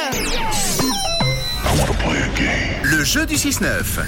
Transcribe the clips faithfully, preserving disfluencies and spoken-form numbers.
Le jeu du six neuf.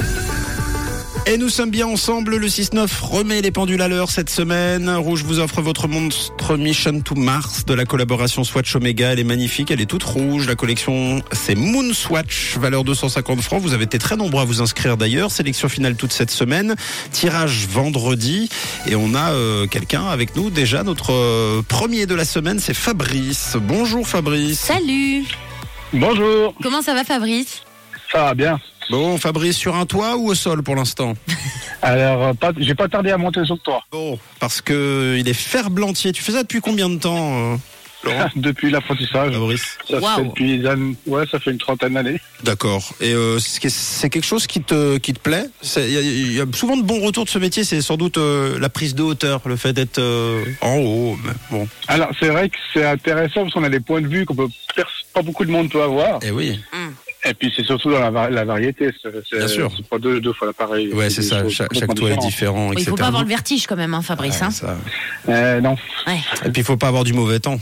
Et nous sommes bien ensemble, le six neuf remet les pendules à l'heure cette semaine. Rouge vous offre votre monstre Mission to Mars de la collaboration Swatch Omega. Elle est magnifique, elle est toute rouge. La collection, c'est Moon Swatch, valeur deux cent cinquante francs. Vous avez été très nombreux à vous inscrire d'ailleurs. Sélection finale toute cette semaine. Tirage vendredi. Et on a euh, quelqu'un avec nous déjà. Notre euh, premier de la semaine, c'est Fabrice. Bonjour Fabrice. Salut. Bonjour. Comment ça va Fabrice? Ça va bien. Bon, Fabrice, sur un toit ou au sol pour l'instant? Alors, pas, j'ai pas tardé à monter sur le toit. Bon, parce que il est ferblantier. Tu fais ça depuis combien de temps, euh, Laurent? Depuis l'apprentissage. Fabrice. Ça Wow. fait depuis, ouais, ça fait une trentaine d'années. D'accord. Et euh, c'est c'est quelque chose qui te qui te plaît? Il y, y, y a souvent de bons retours de ce métier. C'est sans doute euh, la prise de hauteur, le fait d'être euh, en haut. Mais bon. Alors, c'est vrai que c'est intéressant parce qu'on a des points de vue qu'on peut pas beaucoup de monde peut avoir. Eh oui. Et puis c'est surtout dans la, va- la variété. C'est, c'est, Bien sûr. C'est pas deux, deux fois l'appareil. Ouais, c'est des ça. choses Chaque, chaque complètement toit est différentes. différent, Il et cetera. faut pas avoir le vertige quand même, hein, Fabrice. Ouais, hein. ça. Euh, non. Ouais. Et puis il faut pas avoir du mauvais temps.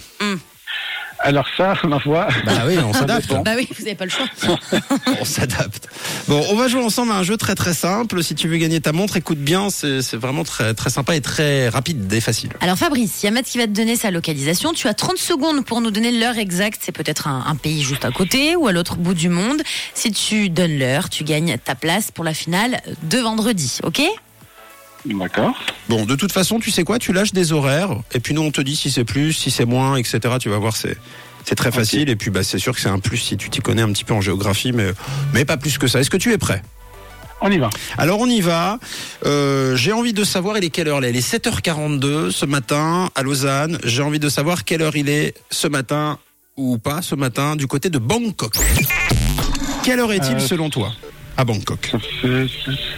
Alors ça, ma foi. Bah oui, on s'adapte. dépend. Bah oui, vous avez pas le choix. On s'adapte. Bon, on va jouer ensemble à un jeu très très simple. Si tu veux gagner ta montre, écoute bien. C'est, c'est vraiment très très sympa et très rapide et facile. Alors Fabrice, il y a Matt qui va te donner sa localisation. Tu as trente secondes pour nous donner l'heure exacte. C'est peut-être un, un pays juste à côté ou à l'autre bout du monde. Si tu donnes l'heure, tu gagnes ta place pour la finale de vendredi. Ok? D'accord. Bon, de toute façon, tu sais quoi, tu lâches des horaires, et puis nous on te dit si c'est plus, si c'est moins, et cetera. Tu vas voir, c'est c'est très facile, et puis bah c'est sûr que c'est un plus si tu t'y connais un petit peu en géographie, mais mais pas plus que ça. Est-ce que tu es prêt? On y va. Alors on y va. Euh, j'ai envie de savoir, il est quelle heure là? Il est sept heures quarante-deux ce matin à Lausanne. J'ai envie de savoir quelle heure il est ce matin ou pas ce matin du côté de Bangkok. Quelle heure est-il Euh, selon toi à Bangkok? Ça fait,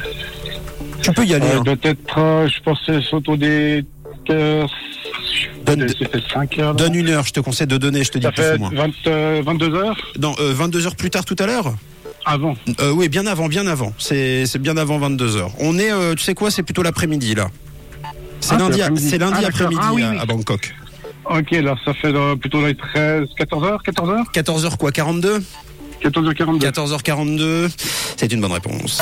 Tu peux y aller. euh, hein. peut-être, euh, je pensais c'est autour des. Euh, Donne- ça fait cinq heures. là. Donne une heure, je te conseille de donner, je te dis Ça plus fait ou moins. vingt, euh, vingt-deux heures Non, euh, vingt-deux heures plus tard tout à l'heure. avant. Euh, oui, bien avant, bien avant. C'est, c'est bien avant vingt-deux heures. On est, euh, tu sais quoi, c'est plutôt l'après-midi là. C'est Ah, lundi, c'est l'après-midi. c'est lundi Ah, d'accord. après-midi Ah, oui, à, oui. à Bangkok. Ok, alors ça fait euh, plutôt les treize, quatorze heures, quatorze heures quatorze heures quoi, quarante-deux? quatorze heures quarante-deux. quatorze heures quarante-deux. C'est une bonne réponse.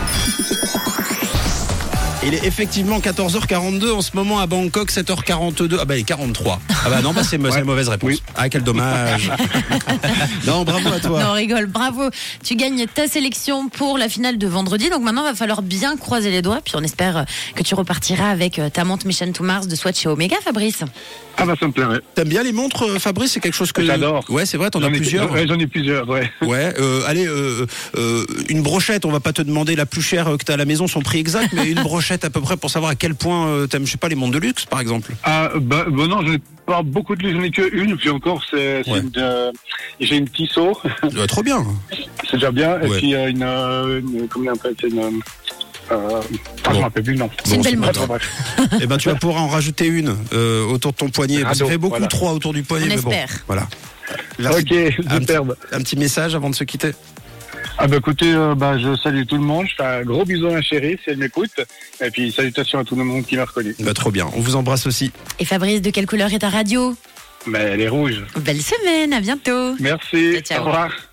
Il est effectivement quatorze heures quarante-deux en ce moment à Bangkok, sept heures quarante-deux. Ah bah il est quarante-trois. Ah bah non, bah c'est, c'est Ouais. une mauvaise réponse. Oui. Ah quel dommage. Non, bravo à toi. Non, on rigole, bravo. Tu gagnes ta sélection pour la finale de vendredi. Donc maintenant, il va falloir bien croiser les doigts. Puis on espère que tu repartiras avec ta montre Mission to Mars de Swatch et Omega, Fabrice. Ah bah ça me plairait. T'aimes bien les montres, euh, Fabrice? C'est quelque chose que J'adore. Ouais, c'est vrai, t'en as J'en ai- plusieurs. Ouais, j'en ai plusieurs, ouais. Ouais, euh, allez, euh, euh, une brochette, on va pas te demander la plus chère que t'as à la maison, son prix exact, mais une brochette à peu près pour savoir à quel point euh, t'aimes, je sais pas, les montres de luxe, par exemple. Ah bah, bah non, j'en ai pas beaucoup de livres, j'en ai que une, puis encore c'est, c'est Ouais. une, euh, j'ai une Tissot, Euh, trop bien. c'est déjà bien, Ouais. et puis euh, une, euh, une, comment on appelle, c'est une, euh, euh, ah, je Bon. m'en rappelle plus, non. C'est une belle Bref, montre. bref. Eh ben, tu vas pouvoir en rajouter une euh, autour de ton poignet. Ah, Ça donc, fait beaucoup voilà. trois autour du poignet, On mais bon. espère. Voilà. Merci. Ok, Un superbe. Un petit message avant de se quitter. Ah bah écoutez, euh, bah, je salue tout le monde, je fais un gros bisou à ma chérie si elle m'écoute, et puis salutations à tout le monde qui m'a reconnu. Bah, trop bien. On vous embrasse aussi. Et Fabrice, de quelle couleur est ta radio? Mais elle est rouge. Belle semaine, à bientôt. Merci, Ciao, ciao. au revoir.